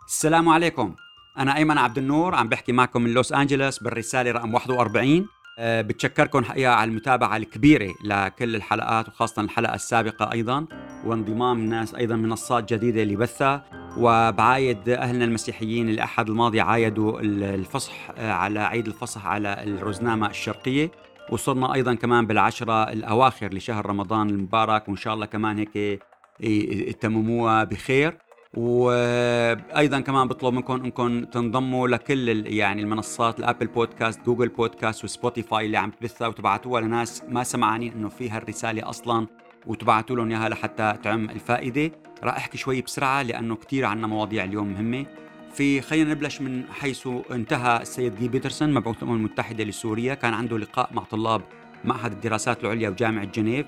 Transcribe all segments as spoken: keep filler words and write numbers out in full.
السلام عليكم. أنا أيمن عبد النور عم بحكي معكم من لوس أنجلوس بالرسالة رقم واحد وأربعين. أه بتشكركم حقيقة على المتابعة الكبيرة لكل الحلقات وخاصة الحلقة السابقة أيضا، وانضمام الناس أيضا منصات جديدة لبثها. وبعايد أهلنا المسيحيين اللي أحد الماضي عايدوا الفصح على عيد الفصح على الرزنامة الشرقية، وصلنا أيضا كمان بالعشرة الأواخر لشهر رمضان المبارك، وإن شاء الله كمان هيك يتمموها بخير. وايضا كمان بطلب منكم انكم تنضموا لكل يعني المنصات، الابل بودكاست، جوجل بودكاست، وسبوتيفاي اللي عم تبثها، وتبعتوها لناس ما سمعانين انه فيها الرساله اصلا، وتبعتوا لهم اياها لحتى تعم الفائده. راح احكي شوي بسرعه لانه كتير عنا مواضيع اليوم مهمه. في خلينا نبلش من حيث انتهى السيد جي بيترسون مبعوث الامم المتحده لسوريا. كان عنده لقاء مع طلاب معهد الدراسات العليا وجامعه جنيف.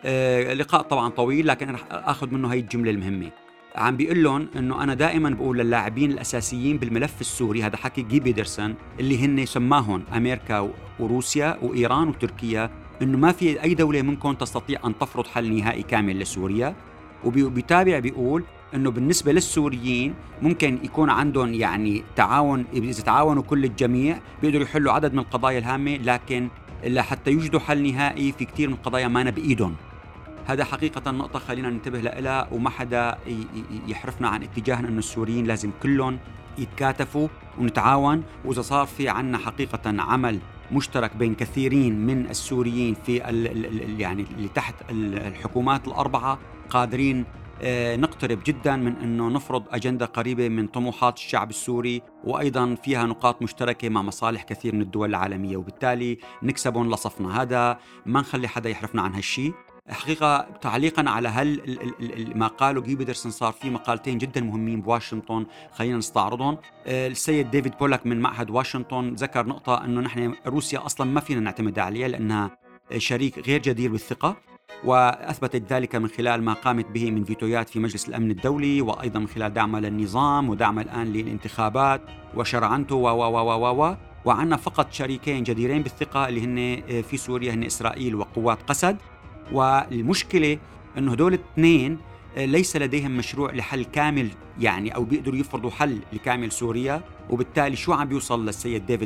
آه لقاء طبعا طويل، لكن رح اخذ منه هي الجمله المهمه. عم بيقول لهم انه انا دائما بقول للاعبين الاساسيين بالملف السوري، هذا حكي جي بيترسون اللي هن سماهم امريكا وروسيا وايران وتركيا، انه ما في اي دوله منكم تستطيع ان تفرض حل نهائي كامل لسوريا. وبيتابع بيقول انه بالنسبه للسوريين ممكن يكون عندهم يعني تعاون، اذا تعاونوا كل الجميع بيقدروا يحلوا عدد من القضايا الهامه، لكن لحتى يوجدوا حل نهائي في كتير من القضايا ما بايدهم. هذا حقيقة نقطة خلينا ننتبه لها، وما حدا يحرفنا عن اتجاهنا أن السوريين لازم كلهم يتكاتفوا ونتعاون. وإذا صار في عنا حقيقة عمل مشترك بين كثيرين من السوريين في ال ال يعني اللي تحت الحكومات الأربعة، قادرين نقترب جدا من أنه نفرض أجندة قريبة من طموحات الشعب السوري، وأيضا فيها نقاط مشتركة مع مصالح كثير من الدول العالمية، وبالتالي نكسبهم لصفنا. هذا ما نخلي حدا يحرفنا عن هالشي. حقيقة تعليقا على هل ما قاله جي بيترسون، صار في مقالتين جدا مهمين بواشنطن خلينا نستعرضهم. السيد ديفيد بولك من معهد واشنطن ذكر نقطة أنه نحن روسيا أصلا ما فينا نعتمد عليها لأنها شريك غير جدير بالثقة، وأثبتت ذلك من خلال ما قامت به من فيتويات في مجلس الأمن الدولي، وأيضا من خلال دعمها للنظام ودعمها الآن للانتخابات وشرعنته و و و و و وعنا فقط شريكين جديرين بالثقة اللي هن في سوريا، هن إسرائيل وقوات قسد. والمشكلة أنه هدول الاثنين ليس لديهم مشروع لحل كامل يعني، أو بيقدروا يفرضوا حل لكامل سوريا. وبالتالي شو عم بيوصل للسيد ديفيد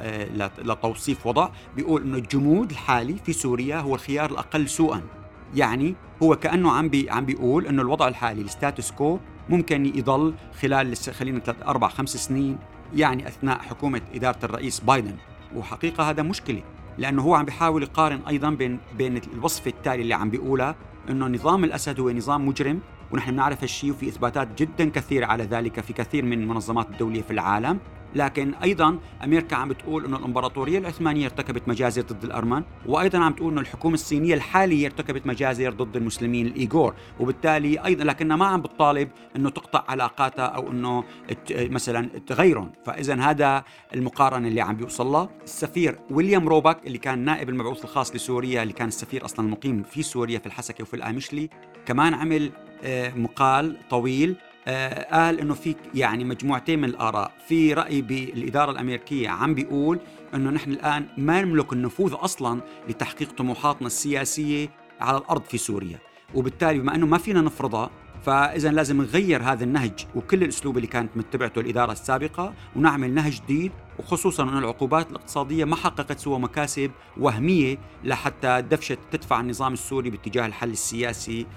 لتوصيف وضع بيقول أنه الجمود الحالي في سوريا هو الخيار الأقل سوءا. يعني هو كأنه عم بي عم بيقول أنه الوضع الحالي الستاتوس كو ممكن يضل خلال خلينا ثلاث أربع خمس سنين، يعني أثناء حكومة إدارة الرئيس بايدن. وحقيقة هذا مشكلة، لأنه هو عم بيحاول يقارن أيضا بين بين الوصف التالي اللي عم بيقولها، إنه نظام الأسد هو نظام مجرم، ونحن بنعرف هالشيء، وفي إثباتات جدا كثيرة على ذلك في كثير من المنظمات الدولية في العالم. لكن أيضا أمريكا عم بتقول إنه الإمبراطورية العثمانية ارتكبت مجازر ضد الأرمن، وأيضا عم تقول إنه الحكومة الصينية الحالية ارتكبت مجازر ضد المسلمين الإيغور. وبالتالي أيضا لكنها ما عم بتطالب إنه تقطع علاقاتها أو إنه مثلا تغيرهم. فإذا هذا المقارنة اللي عم بيوصل لها. السفير ويليام روباك اللي كان نائب المبعوث الخاص لسوريا، اللي كان السفير أصلا المقيم في سوريا في الحسكة وفي الآمشلي، كمان عمل مقال طويل. آه قال إنه في يعني مجموعتين من الآراء. في رأي بالإدارة الأمريكية عم بيقول إنه نحن الآن ما نملك النفوذ أصلاً لتحقيق طموحاتنا السياسية على الأرض في سوريا، وبالتالي بما أنه ما فينا نفرضها، فإذا لازم نغير هذا النهج وكل الأسلوب اللي كانت متبعته الإدارة السابقة، ونعمل نهج جديد. وخصوصاً أن العقوبات الاقتصادية ما حققت سوى مكاسب وهمية لحتى دفشت تدفع النظام السوري باتجاه الحل السياسي،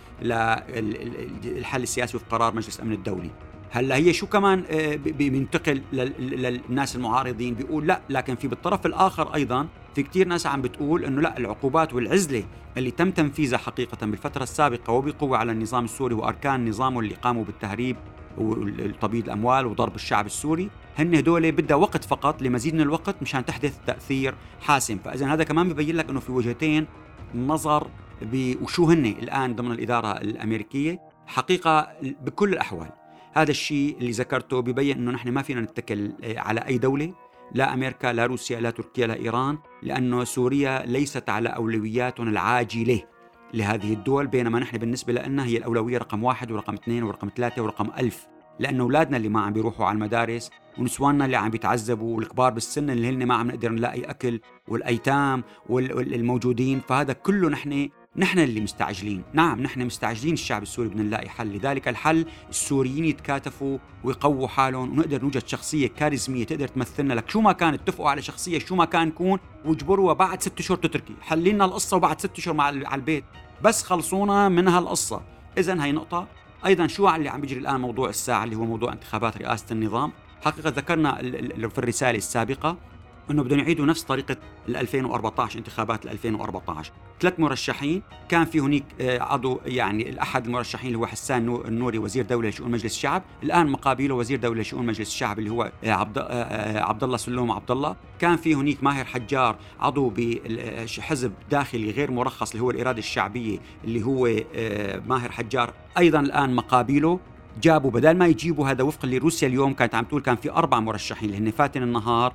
للحل السياسي وفي قرار مجلس الأمن الدولي. هلا هي شو كمان بينتقل للناس المعارضين بيقول لا، لكن في بالطرف الآخر أيضا في كتير ناس عم بتقول إنه لا، العقوبات والعزلة اللي تم تنفيذها حقيقة بالفترة السابقة وبقوة على النظام السوري وأركان نظامه اللي قاموا بالتهريب وتبييض الأموال وضرب الشعب السوري، هن هدول بدها وقت فقط، لمزيد من الوقت مشان تحدث تأثير حاسم. فإذا هذا كمان بيبين لك إنه في وجهتين نظر وشو هن الآن ضمن الإدارة الأمريكية. حقيقة بكل الأحوال هذا الشيء اللي ذكرته بيبين إنه نحن ما فينا نتكل على أي دولة، لا أمريكا لا روسيا لا تركيا لا إيران، لأنه سوريا ليست على أولوياتنا العاجلة لهذه الدول، بينما نحن بالنسبة لنا هي الأولوية رقم واحد ورقم اثنين ورقم ثلاثة ورقم ألف. لأنه أولادنا اللي ما عم بيروحوا على المدارس، ونسواننا اللي عم بيتعذبوا، والكبار بالسن اللي هن ما عم نقدر نلاقي أكل، والأيتام والموجودين، فهذا كله نحن نحن اللي مستعجلين. نعم نحن مستعجلين، الشعب السوري بدنا نلاقي حل. لذلك الحل السوريين يتكاتفوا ويقووا حالهم، ونقدر نوجد شخصية كاريزمية تقدر تمثلنا. لك شو ما كان اتفقوا على شخصية شو ما كان كون، واجبروها بعد ست اشهر تتركي، حلينا القصة وبعد ست اشهر مع على البيت بس خلصونا من هالقصة. إذن هي نقطة. أيضا شو اللي عم بيجري الآن موضوع الساعة اللي هو موضوع انتخابات رئاسة النظام. حقيقة ذكرنا في الرسالة السابقة أنه بدهم يعيدوا نفس طريقة ألفين وأربعة عشر، انتخابات ألفين وأربعة عشر. ثلاث مرشحين، كان في هناك عضو يعني الأحد المرشحين اللي هو حسان النوري وزير دولة لشؤون مجلس الشعب، الآن مقابله وزير دولة لشؤون مجلس الشعب اللي هو عبد عبد الله سلوم عبد الله. كان في هناك ماهر حجار عضو بحزب داخلي غير مرخص اللي هو الإرادة الشعبية اللي هو ماهر حجار، أيضا الآن مقابله. جابوا بدل ما يجيبوا هذا وفقا لروسيا اليوم كانت عم تقول كان في أربع مرشحين اللي هن فاتن النهار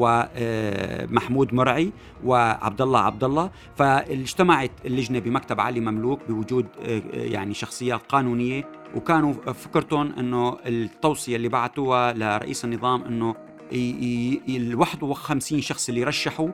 ومحمود مرعي وعبد الله عبد الله. فاجتمعت اللجنة بمكتب علي مملوك بوجود يعني شخصيات قانونية، وكانوا فكرتهم انه التوصية اللي بعتوها لرئيس النظام انه ال واحد وخمسين شخص اللي رشحوا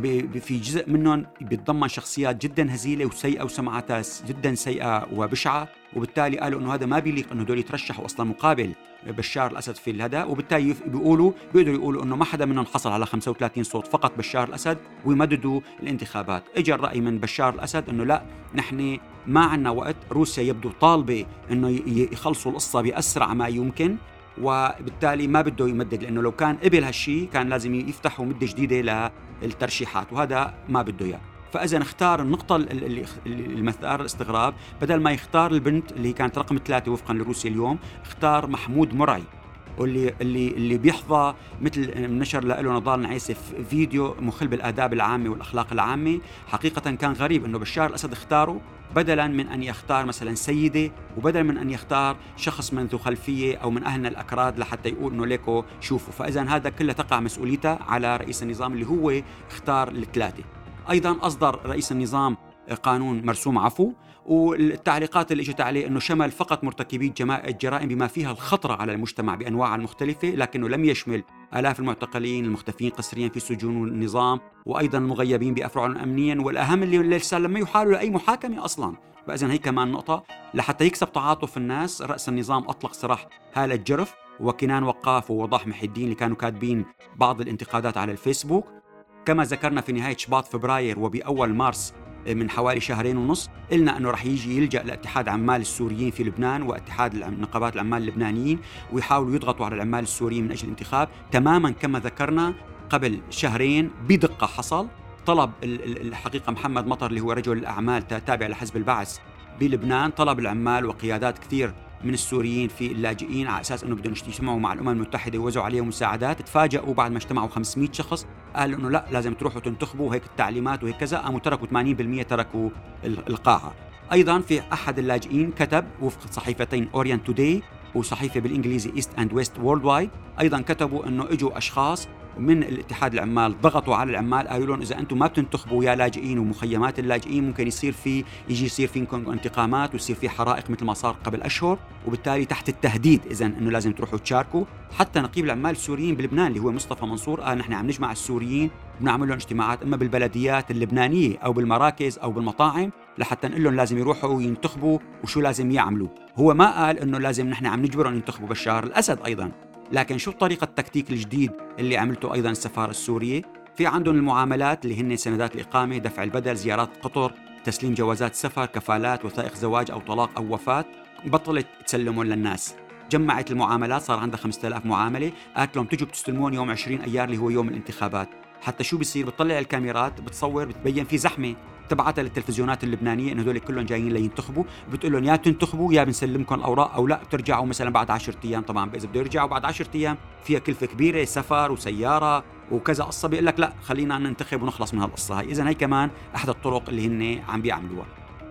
في جزء منهم بيتضمن شخصيات جدا هزيلة وسيئة وسمعتها جدا سيئة وبشعة، وبالتالي قالوا انه هذا ما بيليق انه دول يترشحوا اصلا مقابل بشار الأسد في الهدى. وبالتالي بيقولوا بيقدروا يقولوا انه ما حدا منهم حصل على خمسة وثلاثين صوت، فقط بشار الأسد، ويمددوا الانتخابات. اجى الرأي من بشار الأسد انه لا، نحن ما عنا وقت، روسيا يبدو طالبة انه يخلصوا القصة بأسرع ما يمكن، وبالتالي ما بده يمدد، لأنه لو كان قبل هالشي كان لازم يفتحوا مدة جديدة للترشيحات، وهذا ما بده إياه. فإذا اختار النقطة اللي المثار الاستغراب، بدل ما يختار البنت اللي كانت رقم ثلاثة وفقا لروسيا اليوم، اختار محمود مرعي، واللي اللي اللي بيحظى مثل نشر له نضال نعيسف فيديو مخل بالآداب العامة والأخلاق العامة. حقيقة كان غريب إنه بشار الأسد اختاره بدلاً من أن يختار مثلاً سيدة، وبدلاً من أن يختار شخص من ذو خلفية أو من أهلنا الأكراد لحتى يقول إنه ليكو شوفوا. فإذا هذا كله تقع مسؤوليته على رئيس النظام اللي هو اختار الثلاثة. أيضاً أصدر رئيس النظام قانون مرسوم عفو، والتعليقات اللي اجت عليه انه شمل فقط مرتكبي الجرائم بما فيها الخطر على المجتمع بانواعها المختلفه، لكنه لم يشمل آلاف المعتقلين المختفين قسريا في سجون النظام، وايضا المغيبين بافرعهم امنيا، والاهم اللي لسه لم يحالوا لاي محاكمه اصلا. فاذا هي كمان نقطه لحتى يكسب تعاطف الناس. رئيس النظام اطلق سراح هالة جرف وكنان وقاف ووضاح محي الدين اللي كانوا كاتبين بعض الانتقادات على الفيسبوك. كما ذكرنا في نهايه شباط فبراير وباول مارس من حوالي شهرين ونص قلنا أنه رح يجي يلجأ لاتحاد عمال السوريين في لبنان واتحاد نقابات العمال اللبنانيين، ويحاولوا يضغطوا على العمال السوريين من أجل الانتخاب. تماما كما ذكرنا قبل شهرين بدقة حصل. طلب الحقيقة محمد مطر اللي هو رجل الأعمال تابع لحزب البعث بلبنان، طلب العمال وقيادات كثير من السوريين في اللاجئين على أساس أنه بدهم يجتمعوا مع الأمم المتحدة ويوزعوا عليهم مساعدات. تفاجئوا بعد ما اجتمعوا خمسمئة شخص قالوا أنه لا، لازم تروحوا تنتخبوا، هيك التعليمات وهيك كذا. قاموا تركوا ثمانين بالمئة تركوا القاعة. أيضا في أحد اللاجئين كتب وفق صحيفتين أورينت توداي وصحيفة بالإنجليزي إيست أند ويست وورلد وايد، أيضا كتبوا أنه إجوا أشخاص من الاتحاد العمال ضغطوا على العمال، قالوا لهم إذا أنتم ما بتنتخبوا يا لاجئين ومخيمات اللاجئين ممكن يصير في يجي يصير فيكم انتقامات ويصير في حرائق مثل ما صار قبل أشهر، وبالتالي تحت التهديد إذا أنه لازم تروحوا تشاركوا. حتى نقيب العمال السوريين بلبنان اللي هو مصطفى منصور قال نحن عم نجمع السوريين بنعمل لهم اجتماعات إما بالبلديات اللبنانية أو بالمراكز أو بالمطاعم لحتى نقول لهم لازم يروحوا وينتخبوا وشو لازم يعملوا. هو ما قال إنه لازم نحن عم نجبرهم ينتخبوا بشار الأسد أيضا. لكن شو طريقة التكتيك الجديد اللي عملته أيضا السفارة السورية؟ في عندهم المعاملات اللي هن سندات الإقامة، دفع البدل، زيارات قطر، تسليم جوازات سفر، كفالات، وثائق زواج أو طلاق أو وفاة، بطلت تسلمون للناس. جمعت المعاملات، صار عندها خمسة آلاف معاملة، قالت لهم تجوا بتستلمون يوم عشرين أيار اللي هو يوم الانتخابات. حتى شو بيصير؟ بتطلع الكاميرات بتصور بتبين في زحمة، تبعتها للتلفزيونات اللبنانية إنه هذول كلهم جايين لينتخبوا، بتقول لهم يا تنتخبوا يا بنسلمكم الأوراق أو لا بترجعوا مثلا بعد عشرة أيام. طبعا إذا بده يرجعوا بعد عشرة أيام فيها كلفة كبيرة، سفر وسيارة وكذا قصة، بيقول لك لا خلينا ننتخب ونخلص من هالقصة هاي. إذن هي كمان أحد الطرق اللي هن عم بيعملوها.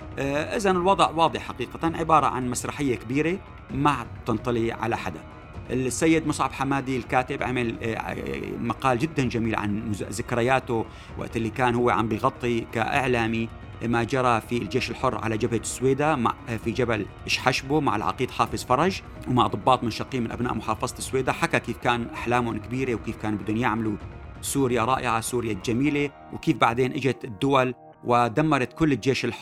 آه إذن الوضع واضح حقيقة، عبارة عن مسرحية كبيرة ما تنطلي على حدا. السيد مصعب حمادي الكاتب عمل مقال جدا جميل عن ذكرياته وقت اللي كان هو عم بيغطي كإعلامي ما جرى في الجيش الحر على جبهة السويدة مع في جبل إشحشبو مع العقيد حافظ فرج ومع ضباط منشقين من أبناء محافظة السويدة. حكى كيف كان أحلامهم كبيرة وكيف كانوا بدهم يعملوا سوريا رائعة، سوريا الجميلة، وكيف بعدين إجت الدول ودمرت كل الجيش الحر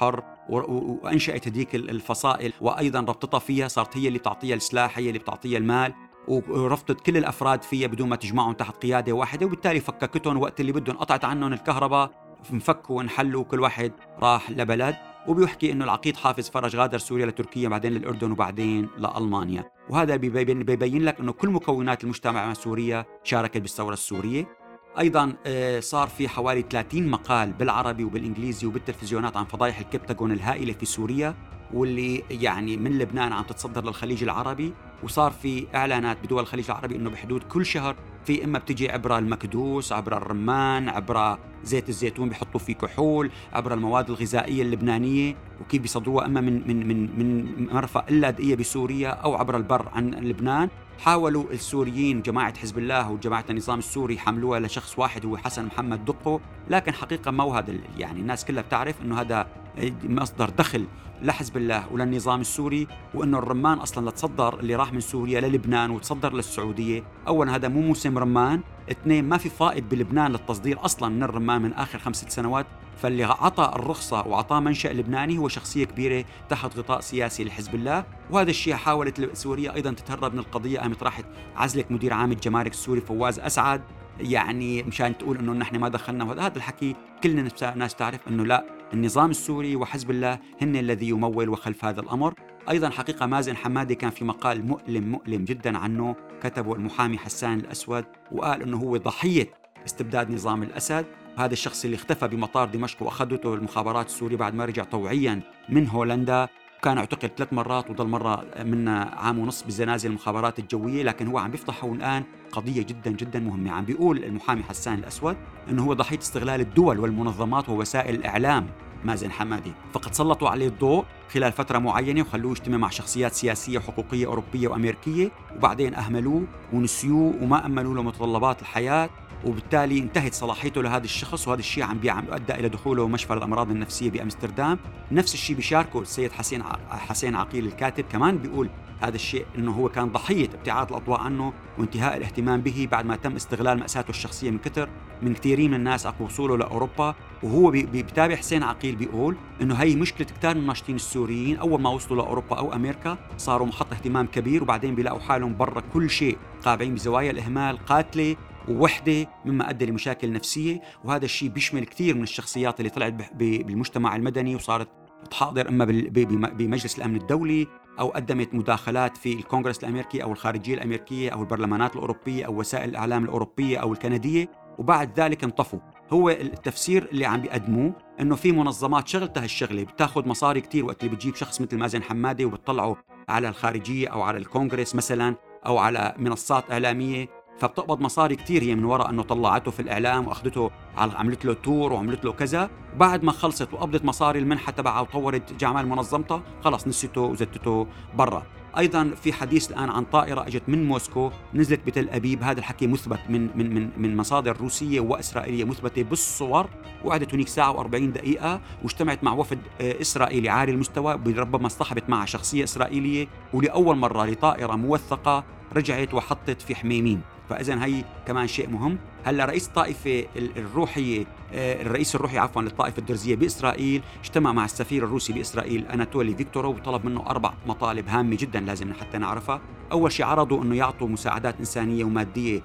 وأنشأت هذيك الفصائل، وأيضا ربطتها فيها، صارت هي اللي بتعطيها السلاح، هي اللي بتعطيها المال، ورفضت كل الأفراد فيها بدون ما تجمعهم تحت قيادة واحدة، وبالتالي فككتهم وقت اللي بدهم، قطعت عنهم الكهرباء، انفكوا وانحلوا، كل واحد راح لبلد. وبيحكي إنه العقيد حافظ فرج غادر سوريا لتركيا، بعدين للأردن، وبعدين لألمانيا. وهذا بيبين, بيبين لك إنه كل مكونات المجتمع السورية شاركت بالثورة السورية. أيضا صار في حوالي ثلاثين مقال بالعربي وبالإنجليزي وبالتلفزيونات عن فضائح الكبتاغون الهائلة في سوريا، واللي يعني من لبنان عم تتصدر للخليج العربي. وصار في إعلانات بدول الخليج العربي إنه بحدود كل شهر في إما بتجي عبر المكدوس، عبر الرمان، عبر زيت الزيتون بيحطوا فيه كحول، عبر المواد الغذائية اللبنانية وكيف بيصدروها إما من من من من مرفأ اللاذقية بسوريا أو عبر البر عن لبنان. حاولوا السوريين جماعة حزب الله وجماعة النظام السوري يحملوها لشخص واحد هو حسن محمد دقو، لكن حقيقة ما هو هذا، يعني الناس كلها بتعرف إنه هذا مصدر دخل لحزب الله وللنظام السوري، وإنه الرمان أصلاً لتصدر اللي راح من سوريا للبنان وتصدر للسعودية. أولاً هذا مو موسم رمان، اثنين ما في فائض بلبنان للتصدير أصلاً من الرمان من آخر خمس ست سنوات، فاللي عطى الرخصة وعطى منشأ لبناني هو شخصية كبيرة تحت غطاء سياسي لحزب الله. وهذا الشيء حاولت سوريا أيضاً تتهرب من القضية، قامت راحت عزلت مدير عام الجمارك السوري فواز أسعد، يعني مشان تقول إنه نحن ما دخلنا. وهذا الحكي كلنا الناس تعرف إنه لا، النظام السوري وحزب الله هن الذي يمول وخلف هذا الأمر. أيضا حقيقة مازن حمادي كان في مقال مؤلم مؤلم جدا عنه كتبه المحامي حسان الأسود، وقال إنه هو ضحية استبداد نظام الأسد. هذا الشخص اللي اختفى بمطار دمشق وأخذته المخابرات السورية بعد ما رجع طوعيا من هولندا، كان اعتقل ثلاث مرات وضل مرة من عام ونص بزنازل المخابرات الجوية. لكن هو عم بيفتح الآن قضية جدا جدا مهمة. عم بيقول المحامي حسان الأسود أنه هو ضحية استغلال الدول والمنظمات ووسائل الإعلام مازن حمادي، فقد سلطوا عليه الضوء خلال فترة معينة وخلوه يجتمع مع شخصيات سياسية وحقوقية أوروبية وأمريكية، وبعدين أهملوه ونسيوه وما أمنوا له متطلبات الحياة، وبالتالي انتهت صلاحيته لهذا الشخص. وهذا الشيء عم بيعمل أدى إلى دخوله مشفى الأمراض النفسية بأمستردام. نفس الشيء بيشاركه السيد حسين حسين عقيل الكاتب، كمان بيقول هذا الشيء إنه هو كان ضحية ابتعاد الأضواء عنه وانتهاء الاهتمام به بعد ما تم استغلال مأساته الشخصية من كثر من كثيرين من الناس عقب وصوله لأوروبا. وهو بيتابع حسين عقيل بيقول إنه هي مشكلة كتير من الناشطين السوريين، أول ما وصلوا لأوروبا أو أمريكا صاروا محط اهتمام كبير، وبعدين بيلاقوا حالهم برا كل شيء قابعين بزوايا الإهمال قاتلة ووحدة، مما أدى لمشاكل نفسية. وهذا الشيء بيشمل كثير من الشخصيات اللي طلعت بالمجتمع المدني وصارت تحاضر إما بمجلس الأمن الدولي أو قدمت مداخلات في الكونغرس الأمريكي أو الخارجية الأمريكية أو البرلمانات الأوروبية أو وسائل الإعلام الأوروبية أو الكندية، وبعد ذلك انطفوا. هو التفسير اللي عم بيقدموه إنه في منظمات شغلتها الشغلة بتاخد مصاري كتير وقت اللي بتجيب شخص مثل مازن حمادي وبتطلعه على الخارجية أو على الكونغرس مثلا أو على منصات إعلامية، فبتقبض مصاري كتير هي من وراء أنه طلعته في الإعلام وأخذته عملت له تور وعملت له كذا. بعد ما خلصت وقبضت مصاري المنحة تبعها وطورت جعمال منظمتها، خلص نسيته وزتته برا. أيضا في حديث الآن عن طائرة أجت من موسكو نزلت بتل أبيب، هذا الحكي مثبت من من من من مصادر روسية وإسرائيلية مثبتة بالصور، وقعدت هناك ساعة وأربعين دقيقة واجتمعت مع وفد إسرائيلي عالي المستوى، ربما اصطحبت معها شخصية إسرائيلية، ولأول مرة لطائرة موثقة رجعت وحطت في حميمين. فإذن هي كمان شيء مهم. هلا رئيس الطائفة الروحية الرئيس الروحي عفوا للطائفة الدرزية بإسرائيل اجتمع مع السفير الروسي بإسرائيل أناتولي فيكتورو وطلب منه أربع مطالب هامة جدا لازم حتى نعرفها. أول شيء عرضوا أنه يعطوا مساعدات إنسانية ومادية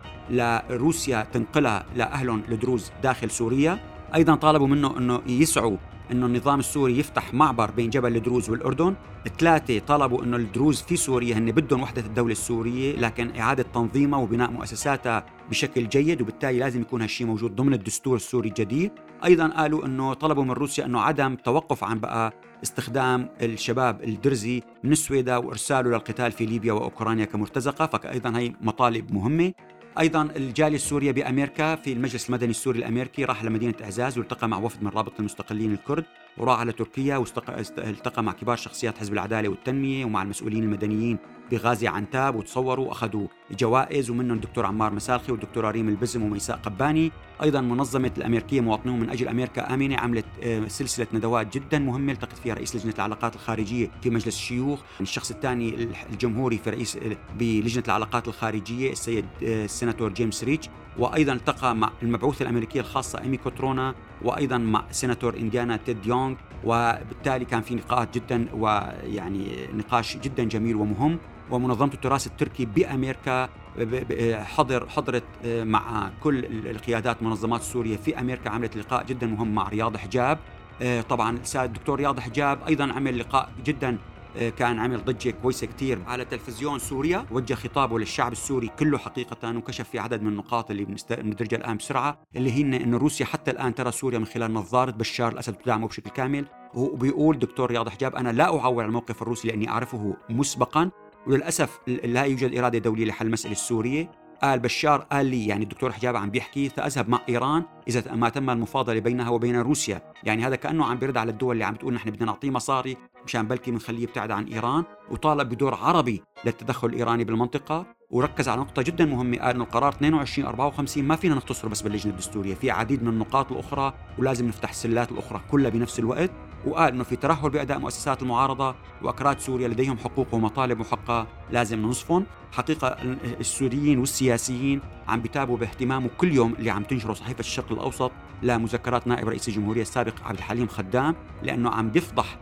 لروسيا تنقلها لأهلهم الدروز داخل سوريا. أيضا طالبوا منه أنه يسعوا أنه النظام السوري يفتح معبر بين جبل الدروز والأردن. ثلاثة طلبوا أنه الدروز في سوريا هن بدهم وحدة الدولة السورية، لكن إعادة تنظيمها وبناء مؤسساتها بشكل جيد، وبالتالي لازم يكون هالشيء موجود ضمن الدستور السوري الجديد. أيضا قالوا أنه طلبوا من روسيا أنه عدم توقف عن بقى استخدام الشباب الدرزي من السويداء وإرساله للقتال في ليبيا وأوكرانيا كمرتزقة، فأيضا هي مطالب مهمة. أيضا الجالية السورية بأمريكا في المجلس المدني السوري الأمريكي راح لمدينة إعزاز والتقى مع وفد من رابطة المستقلين الكرد، وراح على تركيا والتقى مع كبار شخصيات حزب العدالة والتنمية ومع المسؤولين المدنيين بغازي عنتاب، وتصوروا وأخذوا جوائز، ومنهم الدكتور عمار مسالخي والدكتورة ريم البزم وميساء قباني. أيضا منظمة الأمريكية مواطنون من أجل أمريكا آمنة عملت سلسلة ندوات جدا مهمة التقت فيها رئيس لجنة العلاقات الخارجية في مجلس الشيوخ، الشخص الثاني الجمهوري في رئيس بلجنة العلاقات الخارجية السيد السيناتور جيمس ريتش، وأيضا التقى مع المبعوثة الأمريكية الخاصة إيمي كوترونا وأيضا مع سيناتور إنديانا تيد يونغ، وبالتالي كان في لقاءات جدا ويعني نقاش جدا جميل ومهم. ومنظمة التراث التركي بأمريكا حضر حضرت مع كل القيادات منظمات سوريا في أمريكا، عملت لقاء جدا مهم مع رياض حجاب. طبعا السيد الدكتور رياض حجاب أيضا عمل لقاء جدا كان عمل ضجة كويسة كتير على تلفزيون سوريا، وجه خطابه للشعب السوري كله حقيقة، وكشف في عدد من النقاط اللي بندرجها الآن بسرعة، اللي هي إن روسيا حتى الآن ترى سوريا من خلال نظارة بشار الأسد وتدعمه بشكل كامل. وبيقول دكتور رياض حجاب: أنا لا أعول على الموقف الروسي لأني أعرفه مسبقا، وللأسف لا يوجد إرادة دولية لحل المسألة السورية. قال بشار قال لي، يعني الدكتور حجاب عم بيحكي، سأذهب مع إيران إذا ما تم المفاضلة بينها وبين روسيا. يعني هذا كأنه عم بيرد على الدول اللي عم بتقول نحن بدنا نعطيه مصاري مشان بلكي بنخليه يبتعد عن إيران، وطالب بدور عربي للتدخل الإيراني بالمنطقة. وركز على نقطة جدا مهمة، قال إنه القرار اثنين وعشرين أربعة وخمسين ما فينا نختصره بس باللجنة الدستورية، في عديد من النقاط الأخرى ولازم نفتح السلات الأخرى كلها بنفس الوقت. وقال إنه في ترهل بأداء مؤسسات المعارضة، وأكراد سوريا لديهم حقوق ومطالب محققة لازم ننصفهم. حقيقة السوريين والسياسيين عم بيتابعوا باهتمام كل يوم اللي عم تنشره صحيفة الشرق الأوسط لمذكرات نائب رئيس الجمهورية السابق عبد الحليم خدام، لأنه عم بيفضح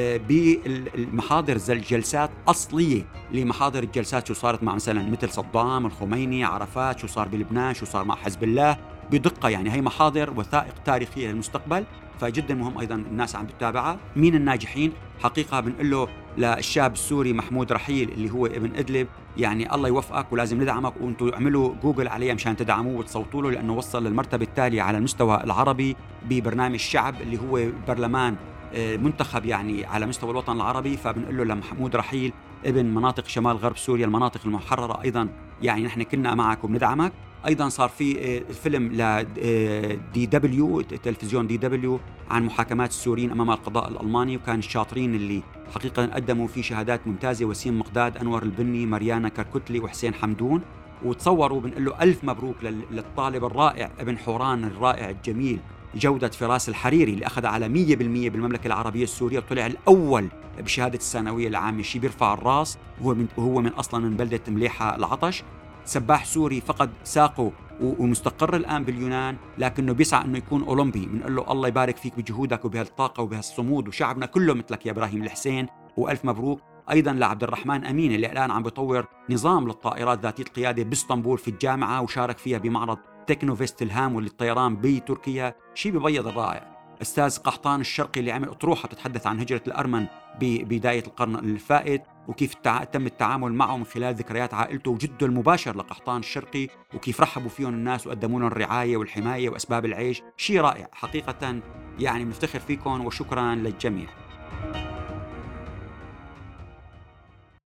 بالمحاضر الجلسات أصلية لمحاضر الجلسات شو صارت مع مثلا مثل صدام، الخميني، عرفات، شو صار بلبنان، شو صار مع حزب الله بدقة. يعني هي محاضر وثائق تاريخية للمستقبل، فجدا مهم أيضا الناس عم تتابعها. مين الناجحين؟ حقيقة بنقول له للشاب السوري محمود رحيل اللي هو ابن إدلب، يعني الله يوفقك ولازم ندعمك، وانتم اعملوا جوجل عليه مشان تدعموه وتصوتوا له، لأنه وصل للمرتبة التالية على المستوى العربي ببرنامج الشعب اللي هو برلمان منتخب يعني على مستوى الوطن العربي. فبنقول له لمحمود رحيل ابن مناطق شمال غرب سوريا المناطق المحررة أيضا، يعني نحن كنا معك وبندعمك. أيضا صار في فيلم ل دي دبليو، تلفزيون دي دبليو، عن محاكمات السوريين أمام القضاء الألماني، وكان الشاطرين اللي حقيقة قدموا فيه شهادات ممتازة: وسيم مقداد، أنور البني، مريانا كركتلي، وحسين حمدون. وتصوروا بنقول له ألف مبروك للطالب الرائع ابن حوران الرائع الجميل جودة فراس الحريري اللي أخذ على مية بالمية بالمملكة العربية السورية، وطلع الأول بشهادة الثانوية العامة، شي بيرفع الراس، وهو من, وهو من أصلا من بلدة مليحة العطش. سباح سوري فقد ساقه ومستقر الآن باليونان، لكنه بيسعى أنه يكون أولمبي. بنقول له الله يبارك فيك بجهودك وبهالطاقة وبهالصمود، وشعبنا كله مثلك يا إبراهيم الحسين، وألف مبروك. أيضا لعبد الرحمن أمين اللي الآن عم بيطور نظام للطائرات ذاتية القيادة باسطنبول في الجامعة، وشارك فيها بمعرض تكنوفيست الهام للطيران بتركيا، شيء ببيض الرائع. أستاذ قحطان الشرقي اللي عمل أطروحة تتحدث عن هجرة الأرمن ببداية القرن الفائت، وكيف تم التعامل معه من خلال ذكريات عائلته وجده المباشر لقحطان الشرقي، وكيف رحبوا فيهم الناس وقدموا لهم الرعاية والحماية وأسباب العيش. شيء رائع حقيقة، يعني بنفتخر فيكم وشكرا للجميع.